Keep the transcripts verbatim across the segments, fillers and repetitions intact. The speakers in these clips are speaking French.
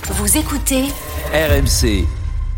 Vous écoutez R M C.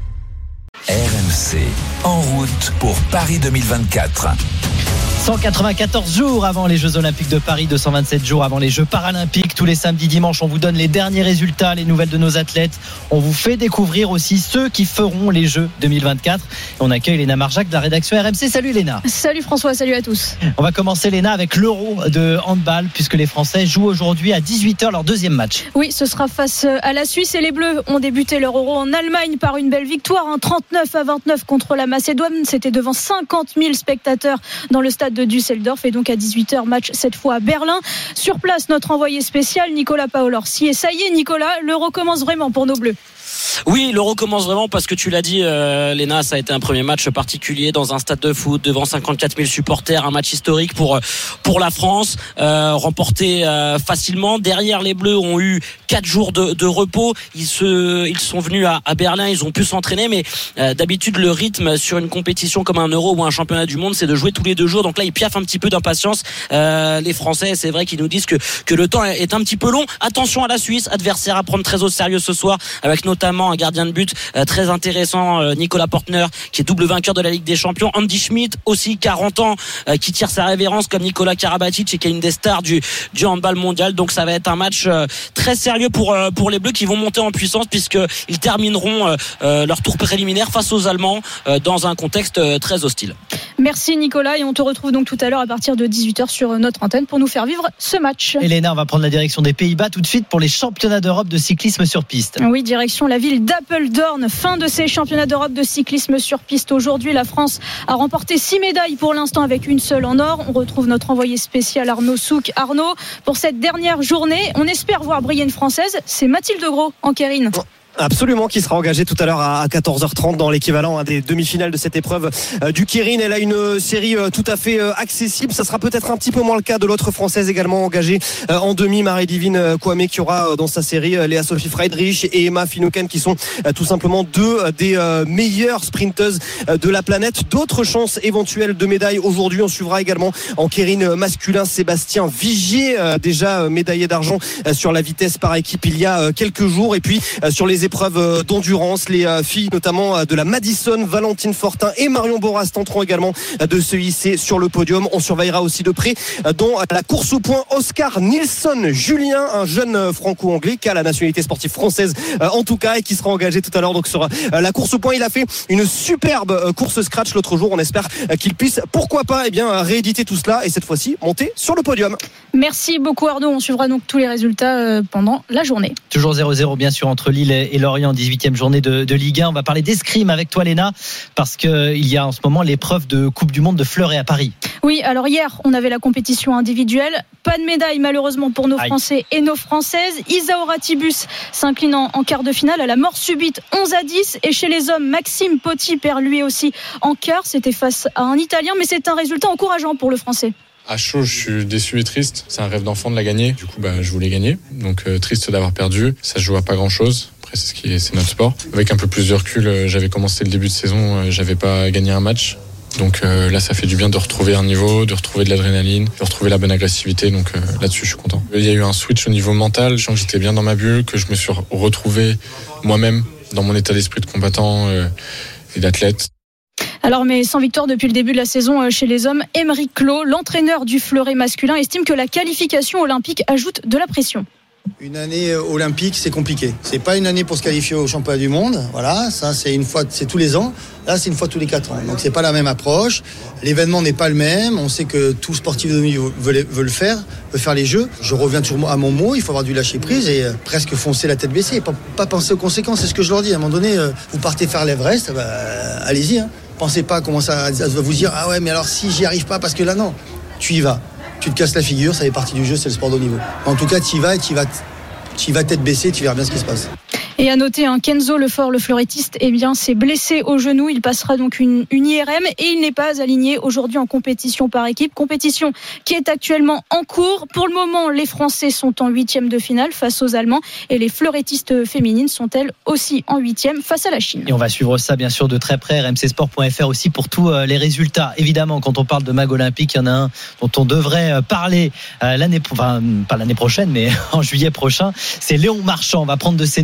R M C, en route pour Paris deux mille vingt-quatre. cent quatre-vingt-quatorze jours avant les Jeux Olympiques de Paris, deux cent vingt-sept jours avant les Jeux Paralympiques. Tous les samedis, dimanches, on vous donne les derniers résultats, les nouvelles de nos athlètes. On vous fait découvrir aussi ceux qui feront les Jeux deux mille vingt-quatre. Et on accueille Léna Marjac de la rédaction R M C. Salut Léna. Salut François, salut à tous. On va commencer Léna avec l'Euro de handball puisque les Français jouent aujourd'hui à dix-huit heures leur deuxième match. Oui, ce sera face à la Suisse et les Bleus ont débuté leur Euro en Allemagne par une belle victoire, hein, trente-neuf à vingt-neuf contre la Macédoine. C'était devant cinquante mille spectateurs dans le stade de Düsseldorf et donc à dix-huit heures match cette fois à Berlin. Sur place, notre envoyé spécial Nicolas Paolorsi. Et ça y est Nicolas, l'Euro commence vraiment pour nos Bleus. Oui, l'Euro commence vraiment parce que tu l'as dit, euh, Léna, ça a été un premier match particulier dans un stade de foot devant cinquante-quatre mille supporters, un match historique pour pour la France, euh, remporté euh, facilement. Derrière, les Bleus ont eu quatre jours de, de repos. Ils se, ils sont venus à, à Berlin, ils ont pu s'entraîner, mais euh, d'habitude le rythme sur une compétition comme un Euro ou un championnat du monde, c'est de jouer tous les deux jours. Donc là, ils piaffent un petit peu d'impatience. Euh, les Français, c'est vrai qu'ils nous disent que que le temps est un petit peu long. Attention à la Suisse, adversaire à prendre très au sérieux ce soir, avec notamment un gardien de but euh, très intéressant, euh, Nicolas Portner, qui est double vainqueur de la Ligue des Champions. Andy Schmidt, aussi quarante ans, euh, qui tire sa révérence comme Nicolas Karabatic et qui est une des stars du, du handball mondial. Donc ça va être un match euh, très sérieux pour, euh, pour les Bleus qui vont monter en puissance puisqu'ils termineront euh, euh, leur tour préliminaire face aux Allemands euh, dans un contexte euh, très hostile. Merci Nicolas et on te retrouve donc tout à l'heure à partir de dix-huit heures sur notre antenne pour nous faire vivre ce match. Léna, on va prendre la direction des Pays-Bas tout de suite pour les championnats d'Europe de cyclisme sur piste. Oui, direction la ville d'Apeldoorn. Fin de ces championnats d'Europe de cyclisme sur piste. Aujourd'hui, la France a remporté six médailles pour l'instant avec une seule en or. On retrouve notre envoyé spécial Arnaud Souk. Arnaud, pour cette dernière journée, on espère voir briller une Française. C'est Mathilde Gros en Kérine. Absolument, qui sera engagée tout à l'heure à quatorze heures trente dans l'équivalent des demi-finales de cette épreuve du Keirin. Elle a une série tout à fait accessible. Ça sera peut-être un petit peu moins le cas de l'autre Française également engagée en demi, Marie-Divine Kwame, qui aura dans sa série Léa-Sophie Friedrich et Emma Finucane, qui sont tout simplement deux des meilleures sprinteuses de la planète. D'autres chances éventuelles de médailles aujourd'hui. On suivra également en Keirin masculin Sébastien Vigier, déjà médaillé d'argent sur la vitesse par équipe il y a quelques jours. Et puis sur les épreuves d'endurance, les filles notamment de la Madison, Valentine Fortin et Marion Boras tenteront également de se hisser sur le podium. On surveillera aussi de près dans la course au point Oscar Nilsson Julien, un jeune franco-anglais qui a la nationalité sportive française en tout cas et qui sera engagé tout à l'heure donc sur la course au point. Il a fait une superbe course scratch l'autre jour. On espère qu'il puisse, pourquoi pas, eh bien, rééditer tout cela et cette fois-ci monter sur le podium. Merci beaucoup Arnaud. On suivra donc tous les résultats pendant la journée. Toujours zéro zéro bien sûr entre Lille et et Lorient, dix-huitième journée de, de Ligue un. On va parler d'escrime avec toi Léna parce qu'il y a en ce moment l'épreuve de Coupe du Monde de fleuret à Paris. Oui, alors hier on avait la compétition individuelle, pas de médaille malheureusement pour nos Aïe. Français et nos Françaises. Isaura Tibus s'incline en, en quart de finale à la mort subite onze à dix et chez les hommes Maxime Potti perd lui aussi en quart. C'était face à un Italien mais c'est un résultat encourageant pour le Français. À chaud, je suis déçu et triste. C'est un rêve d'enfant de la gagner. Du coup, bah, je voulais gagner. Donc, euh, triste d'avoir perdu. Ça se joue à pas grand-chose. Après, c'est ce qui est, c'est notre sport. Avec un peu plus de recul, euh, j'avais commencé le début de saison, euh, j'avais pas gagné un match. Donc euh, là, ça fait du bien de retrouver un niveau, de retrouver de l'adrénaline, de retrouver la bonne agressivité. Donc euh, là-dessus, je suis content. Il y a eu un switch au niveau mental. Je sens que j'étais bien dans ma bulle, que je me suis retrouvé moi-même dans mon état d'esprit de combattant euh, et d'athlète. Alors, mais sans victoire depuis le début de la saison chez les hommes, Émeric Clos, l'entraîneur du fleuret masculin, estime que la qualification olympique ajoute de la pression. Une année olympique, c'est compliqué. C'est pas une année pour se qualifier au championnat du monde. Voilà, ça c'est une fois, c'est tous les ans. Là, c'est une fois tous les quatre ans. Donc c'est pas la même approche. L'événement n'est pas le même. On sait que tout sportif de niveau veut, veut le faire, veut faire les jeux. Je reviens toujours à mon mot. Il faut avoir du lâcher prise et presque foncer la tête baissée. Pas, pas penser aux conséquences. C'est ce que je leur dis. À un moment donné, vous partez faire l'Everest, bah, allez-y. Hein. Pensez pas à commencer à, à vous dire ah ouais, mais alors si j'y arrive pas parce que là non, tu y vas. Tu te casses la figure, ça fait partie du jeu, c'est le sport de haut niveau. En tout cas, tu y vas et tu y vas, tu y vas tête baissée, tu verras bien ce qui se passe. Et à noter, hein, Kenzo Lefort, le fleurettiste, eh bien, s'est blessé au genou. Il passera donc une, une I R M et il n'est pas aligné aujourd'hui en compétition par équipe. Compétition qui est actuellement en cours. Pour le moment, les Français sont en huitième de finale face aux Allemands et les fleurettistes féminines sont elles aussi en huitième face à la Chine. Et on va suivre ça bien sûr de très près. R M C sport point F R aussi pour tous les résultats. Évidemment, quand on parle de mag olympique, il y en a un dont on devrait parler l'année, enfin pas l'année prochaine, mais en juillet prochain. C'est Léon Marchand. On va prendre de ses nouvelles évidemment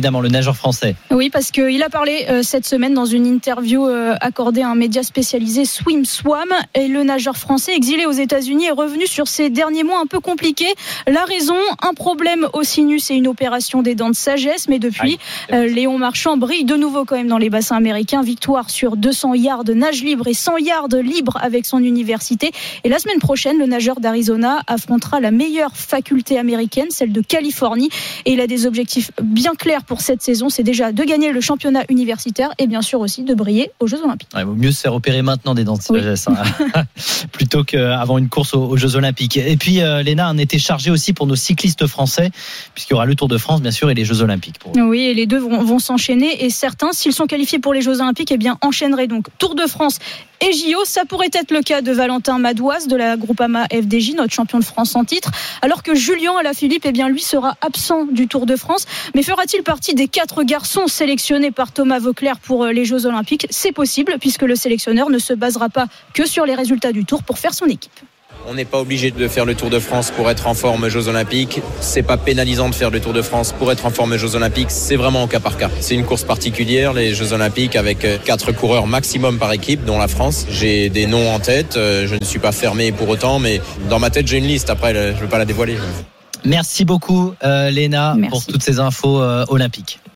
évidemment, le nageur français. Oui, parce qu'il a parlé euh, cette semaine dans une interview euh, accordée à un média spécialisé Swim Swam. Et le nageur français exilé aux États-Unis est revenu sur ces derniers mois un peu compliqués. La raison, un problème au sinus et une opération des dents de sagesse. Mais depuis, euh, Léon Marchand brille de nouveau quand même dans les bassins américains. Victoire sur deux cents yards nage libre et cent yards libre avec son université. Et la semaine prochaine, le nageur d'Arizona affrontera la meilleure faculté américaine, celle de Californie. Et il a des objectifs bien clairs pour cette saison. C'est déjà de gagner le championnat universitaire et bien sûr aussi de briller aux Jeux Olympiques. Il vaut mieux se faire opérer maintenant des dents de sagesse, oui. hein, plutôt qu'avant une course aux, aux Jeux Olympiques. Et puis, euh, Léna, on était chargé aussi pour nos cyclistes français, puisqu'il y aura le Tour de France, bien sûr, et les Jeux Olympiques. Pour... Oui, et les deux vont, vont s'enchaîner. Et certains, s'ils sont qualifiés pour les Jeux Olympiques, eh bien, enchaîneraient donc Tour de France et J O. Ça pourrait être le cas de Valentin Madouas de la Groupama F D J, notre champion de France en titre, alors que Julien Alaphilippe, eh bien, lui sera absent du Tour de France. Mais fera-t-il partie des quatre garçons sélectionnés par Thomas Vauclair pour les Jeux Olympiques? C'est possible, puisque le sélectionneur ne se basera pas que sur les résultats du Tour pour faire son équipe. On n'est pas obligé de faire le Tour de France pour être en forme aux Jeux Olympiques. C'est pas pénalisant de faire le Tour de France pour être en forme aux Jeux Olympiques. C'est vraiment au cas par cas. C'est une course particulière, les Jeux Olympiques, avec quatre coureurs maximum par équipe, dont la France. J'ai des noms en tête. Je ne suis pas fermé pour autant, mais dans ma tête, j'ai une liste. Après, je ne veux pas la dévoiler. Merci beaucoup, euh, Léna, Merci. pour toutes ces infos euh, olympiques.